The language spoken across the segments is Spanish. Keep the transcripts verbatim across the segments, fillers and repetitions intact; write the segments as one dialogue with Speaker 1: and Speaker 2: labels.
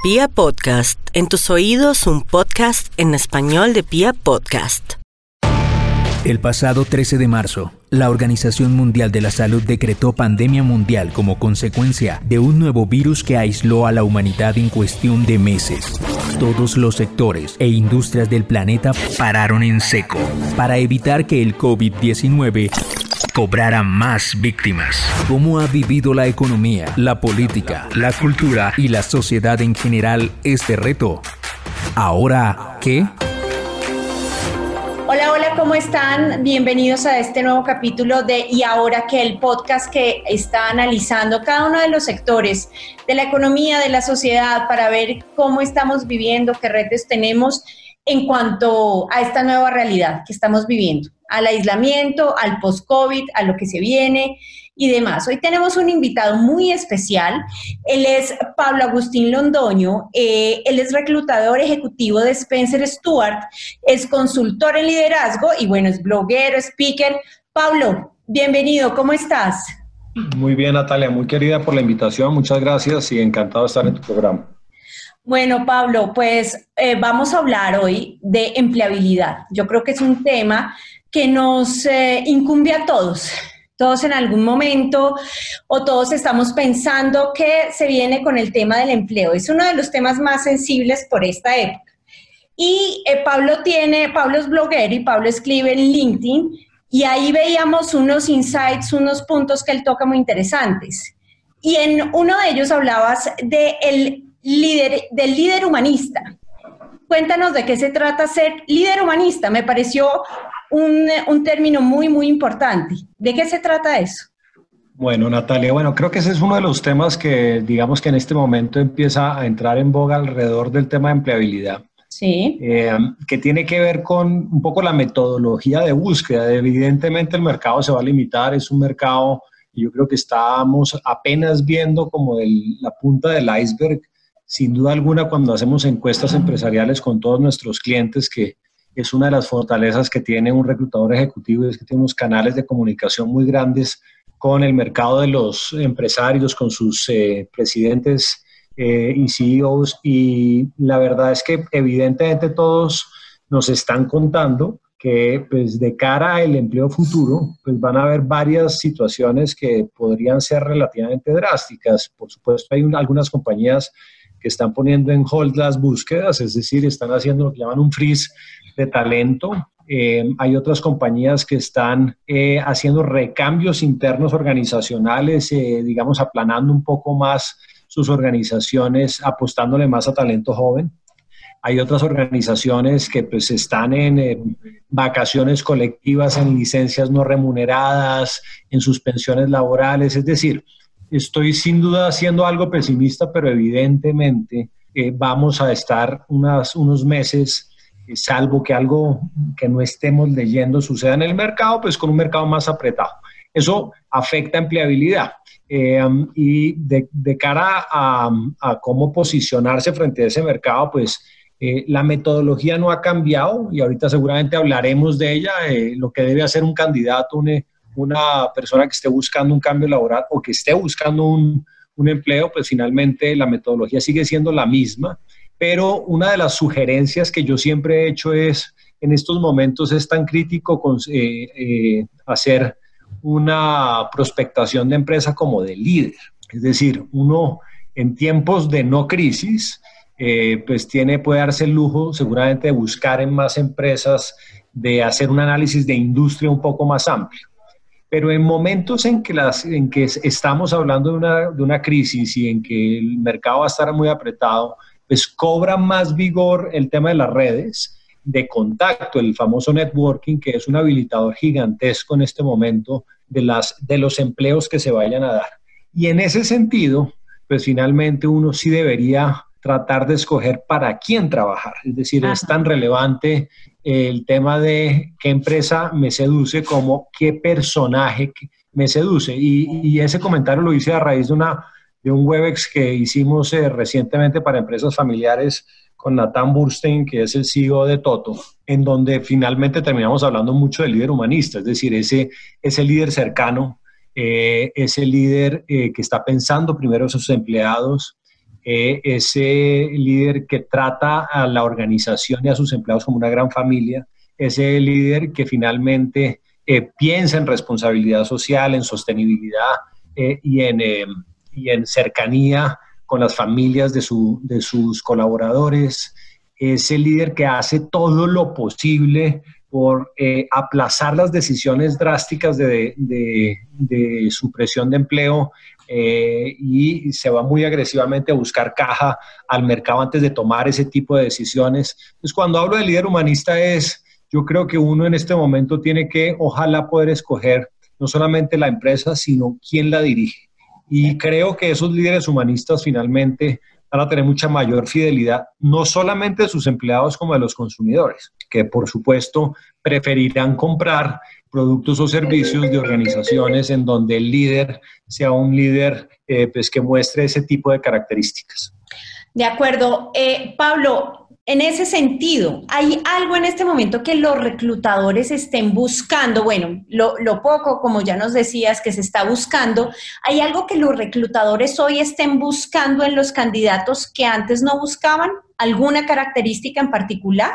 Speaker 1: Pia Podcast, en tus oídos un podcast en español de Pia Podcast.
Speaker 2: El pasado trece de marzo, la Organización Mundial de la Salud decretó pandemia mundial como consecuencia de un nuevo virus que aisló a la humanidad en cuestión de meses. Todos los sectores e industrias del planeta pararon en seco para evitar que el COVID diecinueve cobrara más víctimas. ¿Cómo ha vivido la economía, la política, la cultura y la sociedad en general este reto? ¿Ahora qué?
Speaker 3: Hola, hola, ¿cómo están? Bienvenidos a este nuevo capítulo de Y Ahora Que, el podcast que está analizando cada uno de los sectores de la economía, de la sociedad, para ver cómo estamos viviendo, qué retos tenemos en cuanto a esta nueva realidad que estamos viviendo, al aislamiento, al post-COVID, a lo que se viene y demás. Hoy tenemos un invitado muy especial. Él es Pablo Agustín Londoño. Eh, él es reclutador ejecutivo de Spencer Stuart, es consultor en liderazgo y bueno, es bloguero, speaker. Pablo, bienvenido, ¿cómo estás?
Speaker 4: Muy bien, Natalia, muy querida por la invitación. Muchas gracias y encantado de estar en tu programa.
Speaker 3: Bueno, Pablo, pues eh, vamos a hablar hoy de empleabilidad. Yo creo que es un tema que nos eh, incumbe a todos. Todos en algún momento o todos estamos pensando que se viene con el tema del empleo. Es uno de los temas más sensibles por esta época. Y eh, Pablo tiene, Pablo es bloguero y Pablo escribe en LinkedIn y ahí veíamos unos insights, unos puntos que él toca muy interesantes. Y en uno de ellos hablabas de el líder, del líder humanista. Cuéntanos de qué se trata ser líder humanista. Me pareció un, un término muy, muy importante. ¿De qué se trata eso?
Speaker 4: Bueno, Natalia, bueno, creo que ese es uno de los temas que, digamos que en este momento empieza a entrar en boga alrededor del tema de empleabilidad.
Speaker 3: Sí.
Speaker 4: Eh, que tiene que ver con un poco la metodología de búsqueda. Evidentemente el mercado se va a limitar, es un mercado, yo creo que estamos apenas viendo como el, la punta del iceberg. Sin duda alguna, cuando hacemos encuestas empresariales con todos nuestros clientes, que es una de las fortalezas que tiene un reclutador ejecutivo, es que tiene unos canales de comunicación muy grandes con el mercado de los empresarios, con sus eh, presidentes eh, y C E Os, y la verdad es que evidentemente todos nos están contando que pues, de cara al empleo futuro, pues van a haber varias situaciones que podrían ser relativamente drásticas. Por supuesto, hay un, algunas compañías que están poniendo en hold las búsquedas, es decir, están haciendo lo que llaman un freeze de talento. Eh, hay otras compañías que están eh, haciendo recambios internos organizacionales, eh, digamos, aplanando un poco más sus organizaciones, apostándole más a talento joven. Hay otras organizaciones que pues están en eh, vacaciones colectivas, en licencias no remuneradas, en suspensiones laborales, es decir, estoy sin duda siendo algo pesimista, pero evidentemente eh, vamos a estar unas, unos meses, eh, salvo que algo que no estemos leyendo suceda en el mercado, pues con un mercado más apretado. Eso afecta empleabilidad. Eh, y de, de cara a, a cómo posicionarse frente a ese mercado, pues eh, la metodología no ha cambiado y ahorita seguramente hablaremos de ella, eh, lo que debe hacer un candidato, un una persona que esté buscando un cambio laboral o que esté buscando un, un empleo, pues finalmente la metodología sigue siendo la misma, pero una de las sugerencias que yo siempre he hecho es, en estos momentos es tan crítico con, eh, eh, hacer una prospectación de empresa como de líder. Es decir, uno en tiempos de no crisis, eh, pues tiene, puede darse el lujo seguramente de buscar en más empresas, de hacer un análisis de industria un poco más amplio. Pero en momentos en que, las, en que estamos hablando de una, de una crisis y en que el mercado va a estar muy apretado, pues cobra más vigor el tema de las redes de contacto, el famoso networking, que es un habilitador gigantesco en este momento de, las, de los empleos que se vayan a dar. Y en ese sentido, pues finalmente uno sí debería tratar de escoger para quién trabajar. Es decir, Ajá. es tan relevante el tema de qué empresa me seduce como qué personaje me seduce. Y, y ese comentario lo hice a raíz de, una, de un Webex que hicimos eh, recientemente para empresas familiares con Nathan Burstein, que es el C E O de Toto, en donde finalmente terminamos hablando mucho del líder humanista, es decir, ese, ese líder cercano, eh, ese líder eh, que está pensando primero en sus empleados, eh, ese líder que trata a la organización y a sus empleados como una gran familia, ese líder que finalmente eh, piensa en responsabilidad social, en sostenibilidad eh, y, en, eh, y en cercanía con las familias de, su, de sus colaboradores, ese líder que hace todo lo posible por eh, aplazar las decisiones drásticas de, de, de supresión de empleo eh, y se va muy agresivamente a buscar caja al mercado antes de tomar ese tipo de decisiones. Entonces, cuando hablo de líder humanista es, yo creo que uno en este momento tiene que, ojalá, poder escoger no solamente la empresa, sino quién la dirige. Y creo que esos líderes humanistas finalmente van a tener mucha mayor fidelidad, no solamente de sus empleados como de los consumidores, que por supuesto preferirán comprar productos o servicios de organizaciones en donde el líder sea un líder eh, pues, que muestre ese tipo de características.
Speaker 3: De acuerdo. Eh, Pablo, en ese sentido, ¿hay algo en este momento que los reclutadores estén buscando? Bueno, lo, lo poco, como ya nos decías, que se está buscando, ¿hay algo que los reclutadores hoy estén buscando en los candidatos que antes no buscaban? ¿Alguna característica en particular?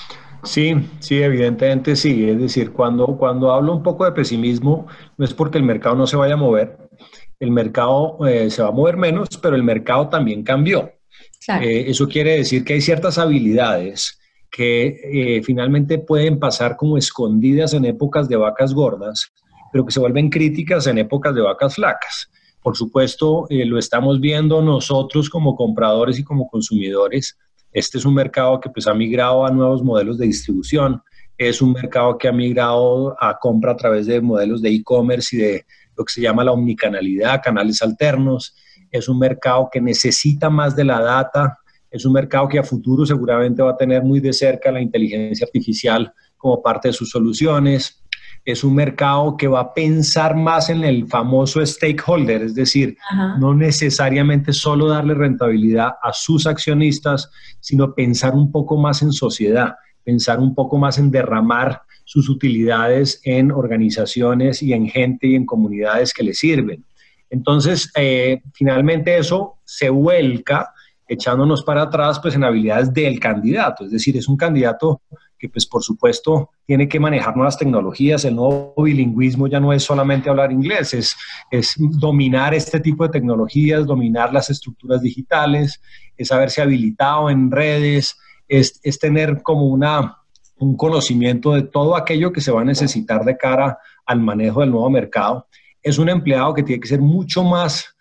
Speaker 4: Sí, sí, evidentemente sí. Es decir, cuando, cuando hablo un poco de pesimismo, no es porque el mercado no se vaya a mover. El mercado eh, se va a mover menos, pero el mercado también cambió. Claro. Eh, eso quiere decir que hay ciertas habilidades que eh, finalmente pueden pasar como escondidas en épocas de vacas gordas, pero que se vuelven críticas en épocas de vacas flacas. Por supuesto, eh, lo estamos viendo nosotros como compradores y como consumidores. Este es un mercado que pues, ha migrado a nuevos modelos de distribución. Es un mercado que ha migrado a compra a través de modelos de e-commerce y de lo que se llama la omnicanalidad, canales alternos. Es un mercado que necesita más de la data, es un mercado que a futuro seguramente va a tener muy de cerca la inteligencia artificial como parte de sus soluciones. Es un mercado que va a pensar más en el famoso stakeholder, es decir, Ajá. no necesariamente solo darle rentabilidad a sus accionistas, sino pensar un poco más en sociedad, pensar un poco más en derramar sus utilidades en organizaciones y en gente y en comunidades que le sirven. Entonces, eh, finalmente eso se vuelca, echándonos para atrás, pues en habilidades del candidato. Es decir, es un candidato que, pues por supuesto, tiene que manejar nuevas tecnologías. El nuevo bilingüismo ya no es solamente hablar inglés, es, es dominar este tipo de tecnologías, dominar las estructuras digitales, es haberse habilitado en redes, es, es tener como una, un conocimiento de todo aquello que se va a necesitar de cara al manejo del nuevo mercado. Es un empleado que tiene que ser mucho más,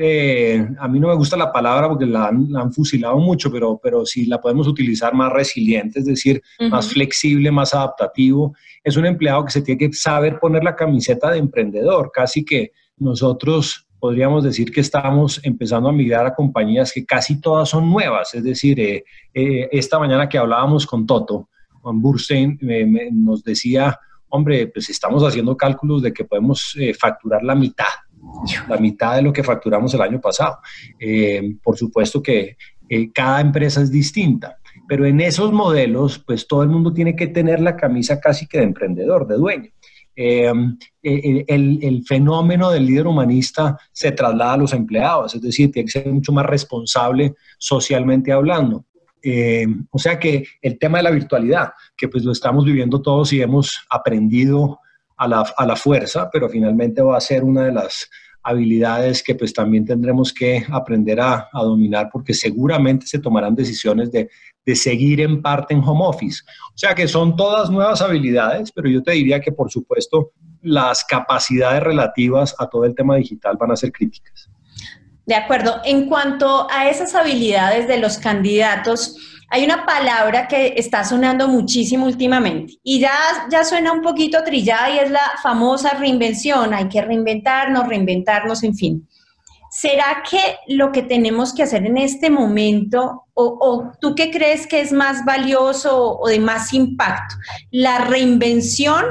Speaker 4: eh, a mí no me gusta la palabra porque la han, la han fusilado mucho, pero, pero si la podemos utilizar, más resiliente, es decir, uh-huh. más flexible, más adaptativo. Es un empleado que se tiene que saber poner la camiseta de emprendedor. Casi que nosotros podríamos decir que estamos empezando a migrar a compañías que casi todas son nuevas. Es decir, eh, eh, esta mañana que hablábamos con Toto, Juan Burstein, eh, me, nos decía... Hombre, pues estamos haciendo cálculos de que podemos eh, facturar la mitad, la mitad de lo que facturamos el año pasado. Eh, por supuesto que eh, cada empresa es distinta, pero en esos modelos, pues todo el mundo tiene que tener la camisa casi que de emprendedor, de dueño. Eh, eh, el, el fenómeno del líder humanista se traslada a los empleados, es decir, tiene que ser mucho más responsable socialmente hablando. Eh, o sea que el tema de la virtualidad, que pues lo estamos viviendo todos y hemos aprendido a la, a la fuerza, pero finalmente va a ser una de las habilidades que pues también tendremos que aprender a, a dominar, porque seguramente se tomarán decisiones de, de seguir en parte en home office. O sea que son todas nuevas habilidades, pero yo te diría que por supuesto las capacidades relativas a todo el tema digital van a ser críticas.
Speaker 3: De acuerdo. En cuanto a esas habilidades de los candidatos, hay una palabra que está sonando muchísimo últimamente y ya, ya suena un poquito trillada y es la famosa reinvención. Hay que reinventarnos, reinventarnos, en fin. ¿Será que lo que tenemos que hacer en este momento, o, o tú qué crees que es más valioso o de más impacto, la reinvención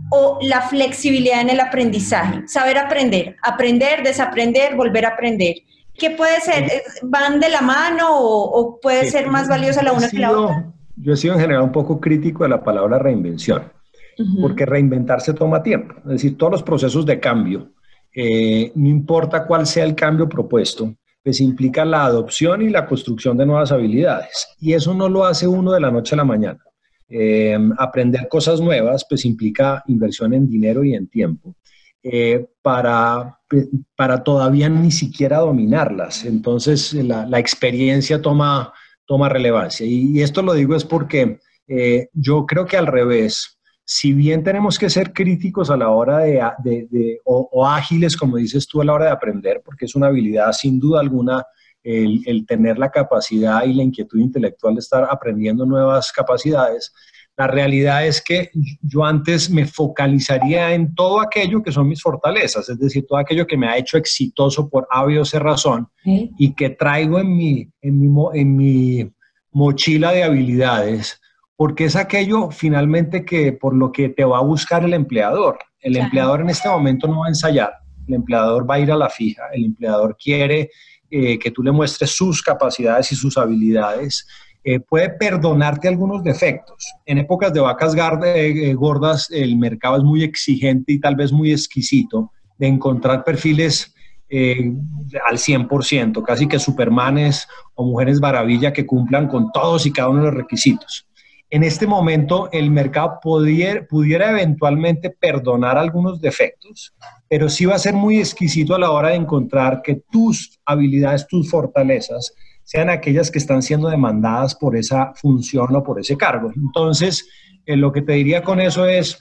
Speaker 3: o la flexibilidad en el aprendizaje? Saber aprender, aprender, desaprender, volver a aprender. ¿Qué puede ser? ¿Van de la mano o, o puede sí, ser más valiosa la una que la otra?
Speaker 4: Yo he sido en general un poco crítico de la palabra reinvención, uh-huh. porque reinventarse toma tiempo. Es decir, todos los procesos de cambio, eh, no importa cuál sea el cambio propuesto, pues implica la adopción y la construcción de nuevas habilidades. Y eso no lo hace uno de la noche a la mañana. Eh, aprender cosas nuevas, pues implica inversión en dinero y en tiempo, eh, para, para todavía ni siquiera dominarlas. Entonces, la, la experiencia toma, toma relevancia. Y, y esto lo digo es porque eh, yo creo que al revés, si bien tenemos que ser críticos a la hora de, de, de o, o ágiles, como dices tú, a la hora de aprender, porque es una habilidad sin duda alguna, el, el tener la capacidad y la inquietud intelectual de estar aprendiendo nuevas capacidades, la realidad es que yo antes me focalizaría en todo aquello que son mis fortalezas, es decir, todo aquello que me ha hecho exitoso por A, B o C razón, ¿sí? Y que traigo en mi, en mi, en mi mochila de habilidades, porque es aquello finalmente que por lo que te va a buscar el empleador. El claro. empleador en este momento no va a ensayar, el empleador va a ir a la fija, el empleador quiere eh, que tú le muestres sus capacidades y sus habilidades, eh, puede perdonarte algunos defectos. En épocas de vacas eh, gordas el mercado es muy exigente y tal vez muy exquisito de encontrar perfiles eh, al cien por ciento, casi que supermanes o mujeres maravilla que cumplan con todos y cada uno de los requisitos. En este momento el mercado pudiera, pudiera eventualmente perdonar algunos defectos, pero sí va a ser muy exquisito a la hora de encontrar que tus habilidades, tus fortalezas, sean aquellas que están siendo demandadas por esa función o por ese cargo. Entonces, eh, lo que te diría con eso es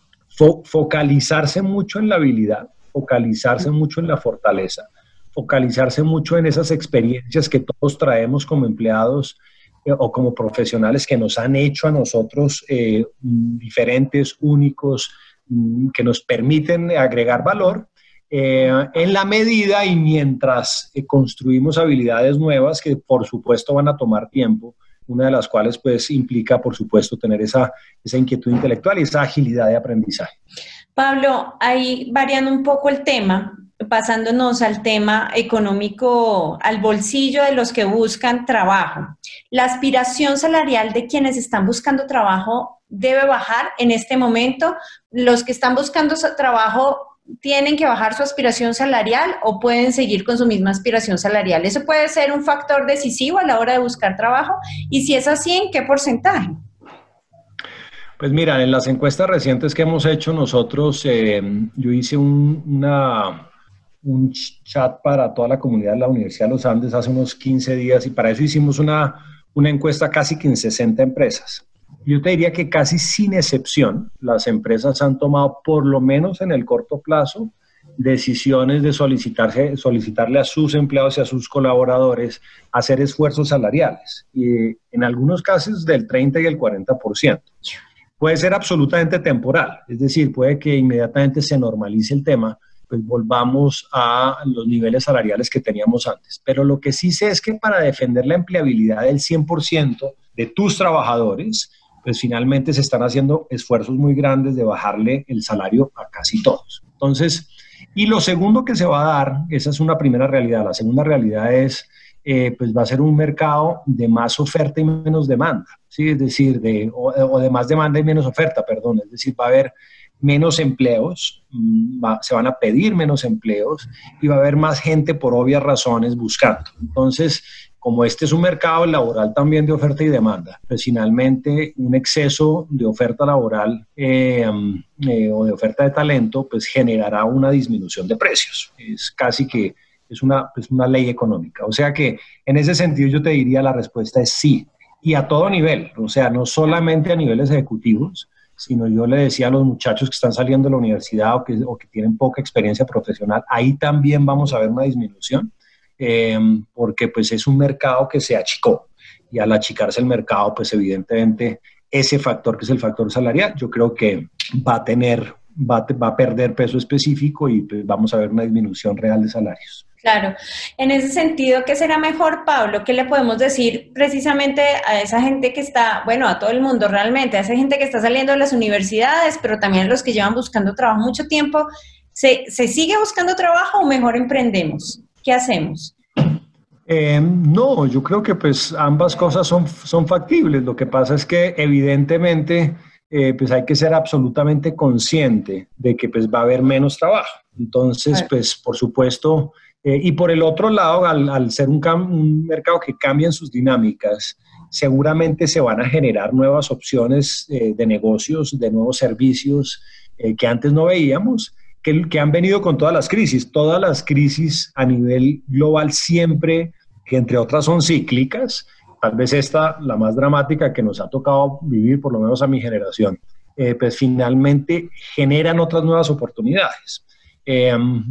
Speaker 4: fo focalizarse mucho en la habilidad, focalizarse mucho en la fortaleza, focalizarse mucho en esas experiencias que todos traemos como empleados o como profesionales que nos han hecho a nosotros eh, diferentes, únicos, que nos permiten agregar valor, eh, en la medida y mientras eh, construimos habilidades nuevas que por supuesto van a tomar tiempo, una de las cuales pues implica por supuesto tener esa, esa inquietud intelectual y esa agilidad de aprendizaje.
Speaker 3: Pablo, ahí variando un poco el tema, pasándonos al tema económico, al bolsillo de los que buscan trabajo. La aspiración salarial de quienes están buscando trabajo debe bajar en este momento. Los que están buscando trabajo tienen que bajar su aspiración salarial o pueden seguir con su misma aspiración salarial. Eso puede ser un factor decisivo a la hora de buscar trabajo. Y si es así, ¿en qué porcentaje?
Speaker 4: Pues mira, en las encuestas recientes que hemos hecho nosotros, eh, yo hice un, una... un chat para toda la comunidad de la Universidad de los Andes hace unos quince días y para eso hicimos una, una encuesta casi que en sesenta empresas. Yo te diría que casi sin excepción las empresas han tomado por lo menos en el corto plazo decisiones de solicitarse, solicitarle a sus empleados y a sus colaboradores hacer esfuerzos salariales y en algunos casos del treinta y el cuarenta por ciento. Puede ser absolutamente temporal, es decir, puede que inmediatamente se normalice el tema, pues volvamos a los niveles salariales que teníamos antes. Pero lo que sí sé es que para defender la empleabilidad del cien por ciento de tus trabajadores, pues finalmente se están haciendo esfuerzos muy grandes de bajarle el salario a casi todos. Entonces, y lo segundo que se va a dar, esa es una primera realidad. La segunda realidad es, eh, pues va a ser un mercado de más oferta y menos demanda, ¿sí? Es decir, de, o, o de más demanda y menos oferta, perdón. Es decir, va a haber menos empleos, va, se van a pedir menos empleos y va a haber más gente por obvias razones buscando. Entonces, como este es un mercado laboral también de oferta y demanda, pues finalmente un exceso de oferta laboral eh, eh, o de oferta de talento, pues generará una disminución de precios. Es casi que es una, pues una ley económica. O sea que en ese sentido yo te diría la respuesta es sí. Y a todo nivel, o sea, no solamente a niveles ejecutivos, sino yo le decía a los muchachos que están saliendo de la universidad o que, o que tienen poca experiencia profesional, ahí también vamos a ver una disminución, eh, porque pues es un mercado que se achicó y al achicarse el mercado, pues evidentemente ese factor que es el factor salarial, yo creo que va a tener, va a, va a perder peso específico y pues vamos a ver una disminución real de salarios.
Speaker 3: Claro. En ese sentido, ¿qué será mejor, Pablo? ¿Qué le podemos decir precisamente a esa gente que está, bueno, a todo el mundo realmente, a esa gente que está saliendo de las universidades, pero también a los que llevan buscando trabajo mucho tiempo? ¿Se, se sigue buscando trabajo o mejor emprendemos? ¿Qué hacemos?
Speaker 4: Eh, no, yo creo que pues ambas cosas son, son factibles. Lo que pasa es que evidentemente eh, pues hay que ser absolutamente consciente de que pues va a haber menos trabajo. Entonces, pues por supuesto, Eh, y por el otro lado, al, al ser un, un mercado que cambia en sus dinámicas, seguramente se van a generar nuevas opciones eh, de negocios, de nuevos servicios eh, que antes no veíamos, que, que han venido con todas las crisis. Todas las crisis a nivel global siempre, que entre otras son cíclicas, tal vez esta, la más dramática que nos ha tocado vivir, por lo menos a mi generación, eh, pues finalmente generan otras nuevas oportunidades. Eh,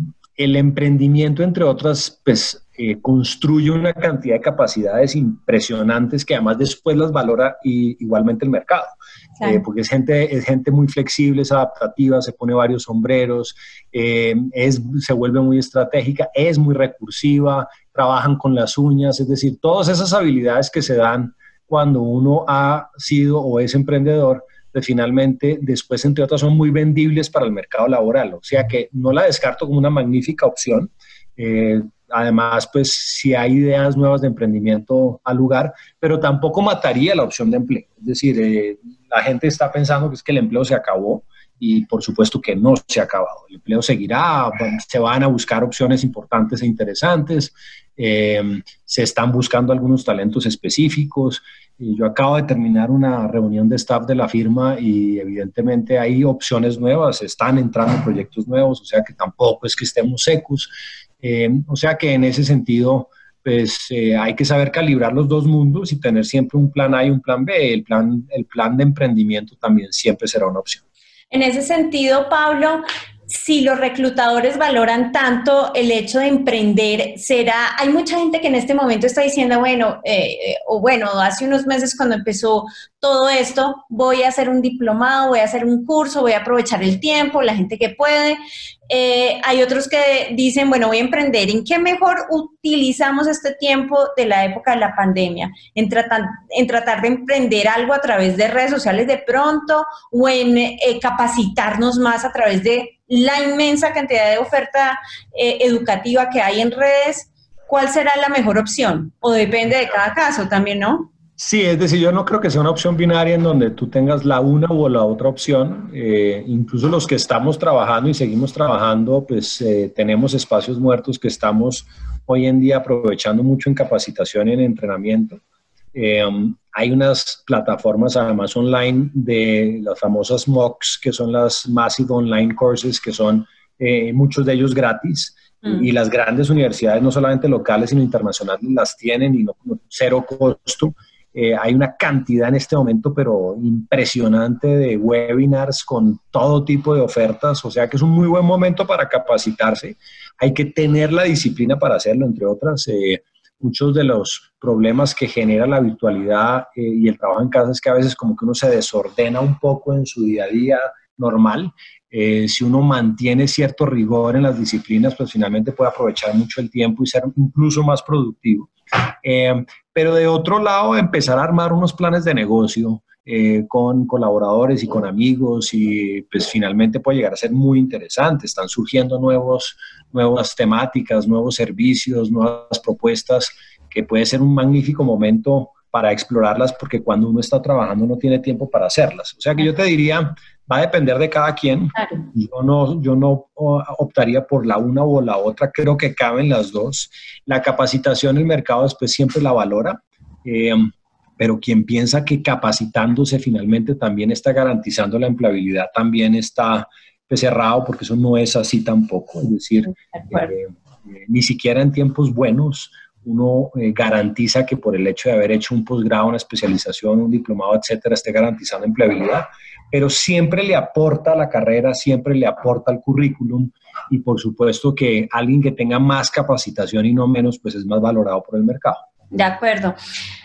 Speaker 4: el emprendimiento, entre otras, pues eh, construye una cantidad de capacidades impresionantes que además después las valora y, igualmente el mercado. Claro. Eh, porque es gente, es gente muy flexible, es adaptativa, se pone varios sombreros, eh, es, se vuelve muy estratégica, es muy recursiva, trabajan con las uñas, es decir, todas esas habilidades que se dan cuando uno ha sido o es emprendedor, pues finalmente después, entre otras, son muy vendibles para el mercado laboral. O sea que no la descarto como una magnífica opción. Eh, además, pues si hay ideas nuevas de emprendimiento al lugar, pero tampoco mataría la opción de empleo. Es decir, eh, la gente está pensando que es que el empleo se acabó y por supuesto que no se ha acabado. El empleo seguirá, se van a buscar opciones importantes e interesantes, eh, se están buscando algunos talentos específicos. Y yo acabo de terminar una reunión de staff de la firma y evidentemente hay opciones nuevas, están entrando proyectos nuevos, o sea que tampoco es que estemos secos. Eh, o sea que en ese sentido, pues eh, hay que saber calibrar los dos mundos y tener siempre un plan A y un plan B. El plan, el plan de emprendimiento también siempre será una opción.
Speaker 3: En ese sentido, Pablo, si los reclutadores valoran tanto el hecho de emprender, será, hay mucha gente que en este momento está diciendo, bueno, eh, o bueno, hace unos meses cuando empezó todo esto, voy a hacer un diplomado, voy a hacer un curso, voy a aprovechar el tiempo, la gente que puede. Eh, hay otros que dicen, bueno, voy a emprender. ¿En qué mejor utilizamos este tiempo de la época de la pandemia? ¿En tratar, en tratar de emprender algo a través de redes sociales de pronto o en eh, capacitarnos más a través de la inmensa cantidad de oferta eh, educativa que hay en redes? ¿Cuál será la mejor opción? O depende de cada caso también, ¿no?
Speaker 4: Sí, es decir, yo no creo que sea una opción binaria en donde tú tengas la una o la otra opción. Eh, incluso los que estamos trabajando y seguimos trabajando, pues eh, tenemos espacios muertos que estamos hoy en día aprovechando mucho en capacitación y en entrenamiento. Eh, hay unas plataformas además online de las famosas M O Cs, que son las Massive Online Courses, que son eh, muchos de ellos gratis. Mm. Y las grandes universidades, no solamente locales, sino internacionales, las tienen y no, no cero costo. Eh, hay una cantidad en este momento, pero impresionante, de webinars con todo tipo de ofertas, o sea que es un muy buen momento para capacitarse. Hay que tener la disciplina para hacerlo, entre otras. Eh, muchos de los problemas que genera la virtualidad eh, y el trabajo en casa es que a veces como que uno se desordena un poco en su día a día normal. Eh, si uno mantiene cierto rigor en las disciplinas, pues finalmente puede aprovechar mucho el tiempo y ser incluso más productivo. Eh, pero de otro lado, empezar a armar unos planes de negocio eh, con colaboradores y con amigos y pues finalmente puede llegar a ser muy interesante. Están surgiendo nuevos, nuevas temáticas, nuevos servicios, nuevas propuestas que puede ser un magnífico momento para explorarlas porque cuando uno está trabajando no tiene tiempo para hacerlas. O sea que yo te diría, va a depender de cada quien. Claro. Yo no, yo no optaría por la una o la otra, creo que caben las dos. La capacitación, el mercado después siempre la valora, eh, pero quien piensa que capacitándose finalmente también está garantizando la empleabilidad, también está pues, cerrado, porque eso no es así tampoco. Es decir, eh, eh, ni siquiera en tiempos buenos uno eh, garantiza que por el hecho de haber hecho un posgrado, una especialización, un diplomado, etcétera, esté garantizando empleabilidad, pero siempre le aporta a la carrera, siempre le aporta al currículum y por supuesto que alguien que tenga más capacitación y no menos, pues es más valorado por el mercado.
Speaker 3: De acuerdo.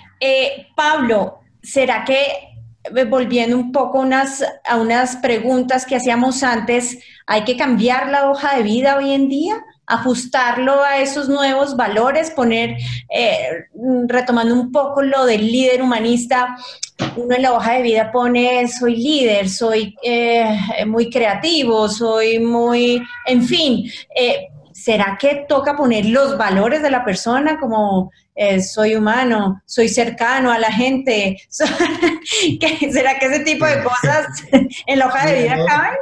Speaker 3: Eh, Pablo, ¿será que, volviendo un poco unas, a unas preguntas que hacíamos antes, hay que cambiar la hoja de vida hoy en día? Ajustarlo a esos nuevos valores, poner, eh, retomando un poco lo del líder humanista, uno en la hoja de vida pone soy líder, soy eh, muy creativo, soy muy, en fin, eh, ¿será que toca poner los valores de la persona como eh, soy humano, soy cercano a la gente? ¿Será que ese tipo de cosas en la hoja de vida caben?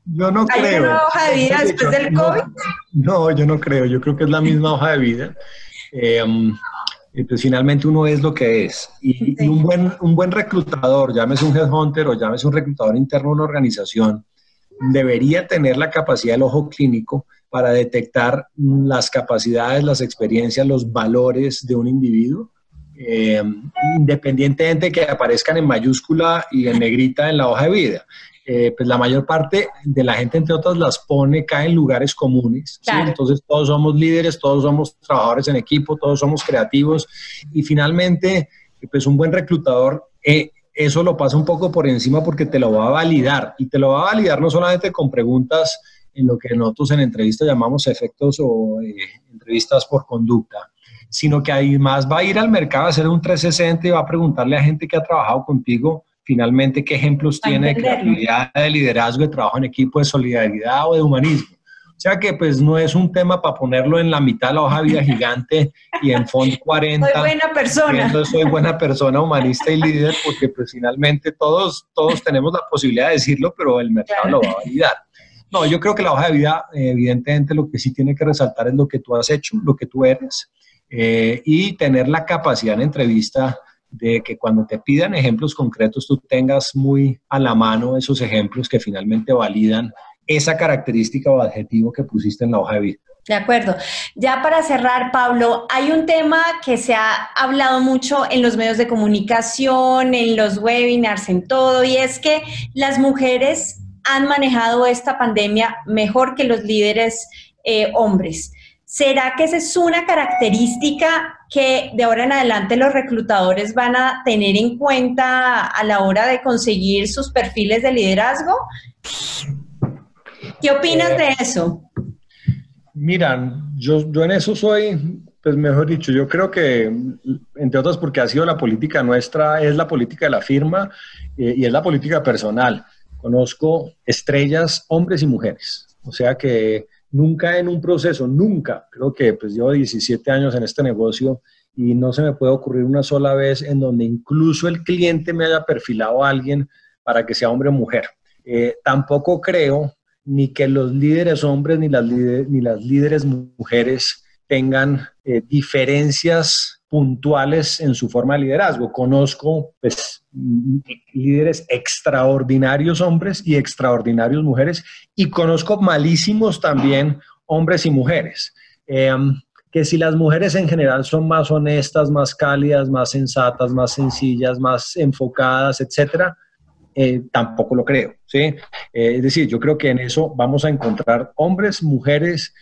Speaker 4: Yo no
Speaker 3: ¿Hay
Speaker 4: creo.
Speaker 3: una nueva hoja de vida después del COVID?
Speaker 4: No, no, yo no creo. Yo creo que es la misma hoja de vida. Eh, um, pues finalmente uno es lo que es. Y, sí. y un, buen, un buen reclutador, llámese un headhunter o llámese un reclutador interno de una organización, debería tener la capacidad del ojo clínico para detectar las capacidades, las experiencias, los valores de un individuo, eh, independientemente de que aparezcan en mayúscula y en negrita en la hoja de vida. Eh, pues la mayor parte de la gente, entre otras, las pone, cae en lugares comunes, claro. ¿sí? Entonces todos somos líderes, todos somos trabajadores en equipo, todos somos creativos y finalmente pues un buen reclutador eh, eso lo pasa un poco por encima porque te lo va a validar y te lo va a validar no solamente con preguntas en lo que nosotros en entrevistas llamamos efectos o eh, entrevistas por conducta, sino que además va a ir al mercado a hacer un trescientos sesenta y va a preguntarle a gente que ha trabajado contigo finalmente qué ejemplos tiene de creatividad, de liderazgo, de trabajo en equipo, de solidaridad o de humanismo. O sea que pues no es un tema para ponerlo en la mitad de la hoja de vida gigante y en font cuarenta.
Speaker 3: Soy buena persona.
Speaker 4: Soy buena persona, humanista y líder, porque pues finalmente todos, todos tenemos la posibilidad de decirlo, pero el mercado claro. lo va a validar. No, yo creo que la hoja de vida, eh, evidentemente lo que sí tiene que resaltar es lo que tú has hecho, lo que tú eres, eh, y tener la capacidad en entrevista de que cuando te pidan ejemplos concretos tú tengas muy a la mano esos ejemplos que finalmente validan esa característica o adjetivo que pusiste en la hoja de vida.
Speaker 3: De acuerdo. Ya para cerrar, Pablo, hay un tema que se ha hablado mucho en los medios de comunicación, en los webinars, en todo, y es que las mujeres han manejado esta pandemia mejor que los líderes eh, hombres. ¿Será que esa es una característica que de ahora en adelante los reclutadores van a tener en cuenta a la hora de conseguir sus perfiles de liderazgo? ¿Qué opinas eh, de eso?
Speaker 4: Mira, yo, yo en eso soy, pues mejor dicho, yo creo que, entre otras porque ha sido la política nuestra, es la política de la firma eh, y es la política personal. Conozco estrellas, hombres y mujeres. O sea que nunca en un proceso, nunca, creo que pues llevo diecisiete años en este negocio y no se me puede ocurrir una sola vez en donde incluso el cliente me haya perfilado a alguien para que sea hombre o mujer. Eh, tampoco creo ni que los líderes hombres ni las, líder, ni las líderes mujeres tengan eh, diferencias puntuales en su forma de liderazgo. Conozco pues, líderes extraordinarios hombres y extraordinarios mujeres y conozco malísimos también hombres y mujeres. Eh, que si las mujeres en general son más honestas, más cálidas, más sensatas, más sencillas, más enfocadas, etcétera, Eh, tampoco lo creo, ¿sí? Eh, es decir, yo creo que en eso vamos a encontrar hombres, mujeres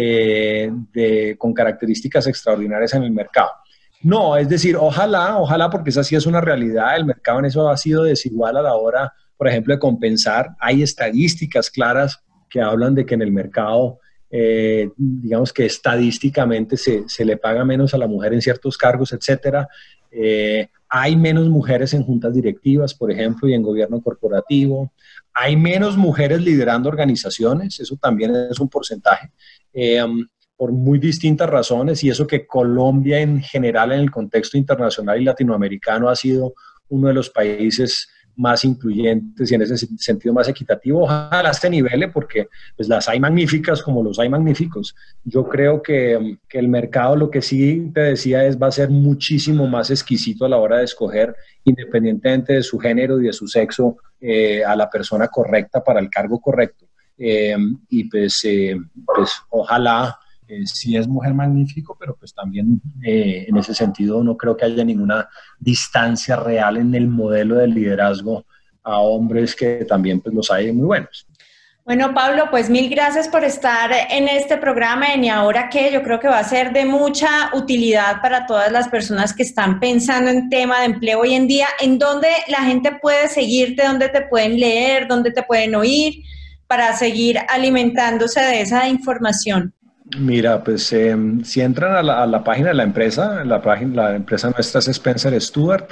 Speaker 4: eh, de, con características extraordinarias en el mercado. No, es decir, ojalá, ojalá, porque esa sí es una realidad, el mercado en eso ha sido desigual a la hora, por ejemplo, de compensar. Hay estadísticas claras que hablan de que en el mercado, eh, digamos que estadísticamente se, se le paga menos a la mujer en ciertos cargos, etcétera. Eh, hay menos mujeres en juntas directivas, por ejemplo, y en gobierno corporativo. Hay menos mujeres liderando organizaciones, eso también es un porcentaje, eh, por muy distintas razones, y eso que Colombia en general en el contexto internacional y latinoamericano ha sido uno de los países más incluyentes y en ese sentido más equitativo. Ojalá se nivele porque pues, las hay magníficas como los hay magníficos. Yo creo que, que el mercado, lo que sí te decía, es va a ser muchísimo más exquisito a la hora de escoger, independientemente de su género y de su sexo, eh, a la persona correcta para el cargo correcto. Eh, y pues, eh, pues ojalá Eh, sí es mujer magnífico, pero pues también eh, en ese sentido no creo que haya ninguna distancia real en el modelo de liderazgo a hombres que también pues los hay muy buenos.
Speaker 3: Bueno, Pablo, pues mil gracias por estar en este programa en Y Ahora Qué. Yo creo que va a ser de mucha utilidad para todas las personas que están pensando en tema de empleo hoy en día. ¿En dónde la gente puede seguirte? ¿Dónde te pueden leer? ¿Dónde te pueden oír? Para seguir alimentándose de esa información.
Speaker 4: Mira, pues eh, si entran a la, a la página de la empresa, la, página, la empresa nuestra es Spencer Stuart,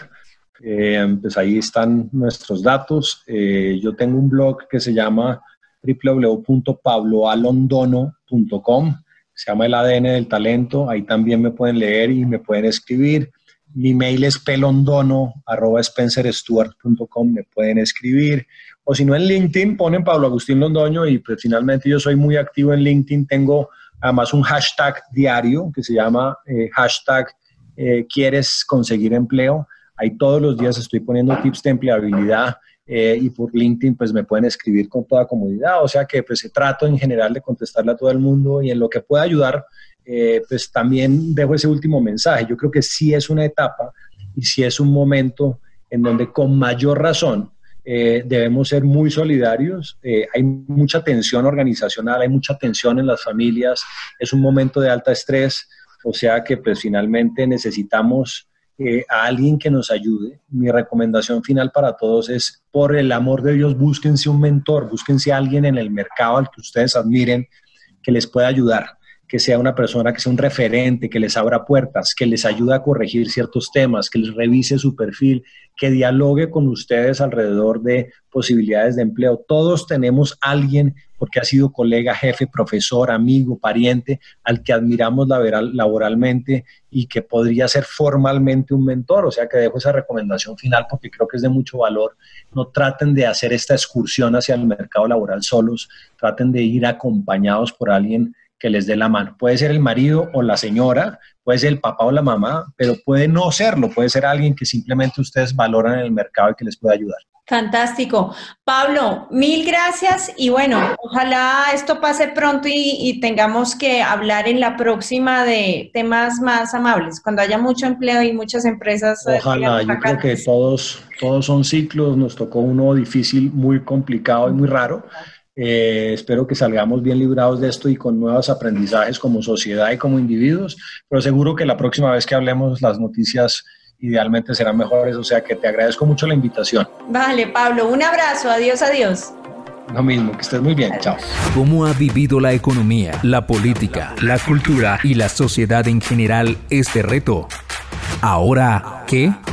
Speaker 4: eh, pues ahí están nuestros datos. Eh, yo tengo un blog que se llama w w w punto pablo alondono punto com, se llama El A D N del Talento, ahí también me pueden leer y me pueden escribir. mi mail es pelondono arroba spencer stewart punto com, me pueden escribir. O si no, en LinkedIn ponen Pablo Agustín Londoño y pues finalmente yo soy muy activo en LinkedIn. Tengo además un hashtag diario que se llama eh, hashtag eh, quieres conseguir empleo. Ahí todos los días estoy poniendo tips de empleabilidad eh, y por LinkedIn pues me pueden escribir con toda comodidad. O sea que pues trato en general de contestarle a todo el mundo y en lo que pueda ayudar eh, pues también dejo ese último mensaje. Yo creo que sí es una etapa y sí es un momento en donde con mayor razón Eh, debemos ser muy solidarios. Eh, hay mucha tensión organizacional, hay mucha tensión en las familias, es un momento de alta estrés, o sea que pues finalmente necesitamos eh, a alguien que nos ayude. Mi recomendación final para todos es, por el amor de Dios, búsquense un mentor, búsquense a alguien en el mercado al que ustedes admiren, que les pueda ayudar, que sea una persona que sea un referente, que les abra puertas, que les ayude a corregir ciertos temas, que les revise su perfil, que dialogue con ustedes alrededor de posibilidades de empleo. Todos tenemos a alguien, porque ha sido colega, jefe, profesor, amigo, pariente, al que admiramos laboralmente y que podría ser formalmente un mentor. O sea que dejo esa recomendación final porque creo que es de mucho valor. No traten de hacer esta excursión hacia el mercado laboral solos, traten de ir acompañados por alguien que les dé la mano. Puede ser el marido o la señora, puede ser el papá o la mamá, pero puede no serlo, puede ser alguien que simplemente ustedes valoran en el mercado y que les pueda ayudar.
Speaker 3: Fantástico. Pablo, mil gracias y bueno, ojalá esto pase pronto y, y tengamos que hablar en la próxima de temas más amables, cuando haya mucho empleo y muchas empresas.
Speaker 4: Ojalá, yo creo que todos, todos son ciclos, nos tocó uno difícil, muy complicado y muy raro. Eh, espero que salgamos bien librados de esto y con nuevos aprendizajes como sociedad y como individuos, pero seguro que la próxima vez que hablemos las noticias idealmente serán mejores, o sea que te agradezco mucho la invitación.
Speaker 3: Vale, Pablo, un abrazo, adiós, adiós.
Speaker 4: Lo mismo, que estés muy bien, chao.
Speaker 2: ¿Cómo ha vivido la economía, la política, la cultura y la sociedad en general este reto? ¿Ahora qué?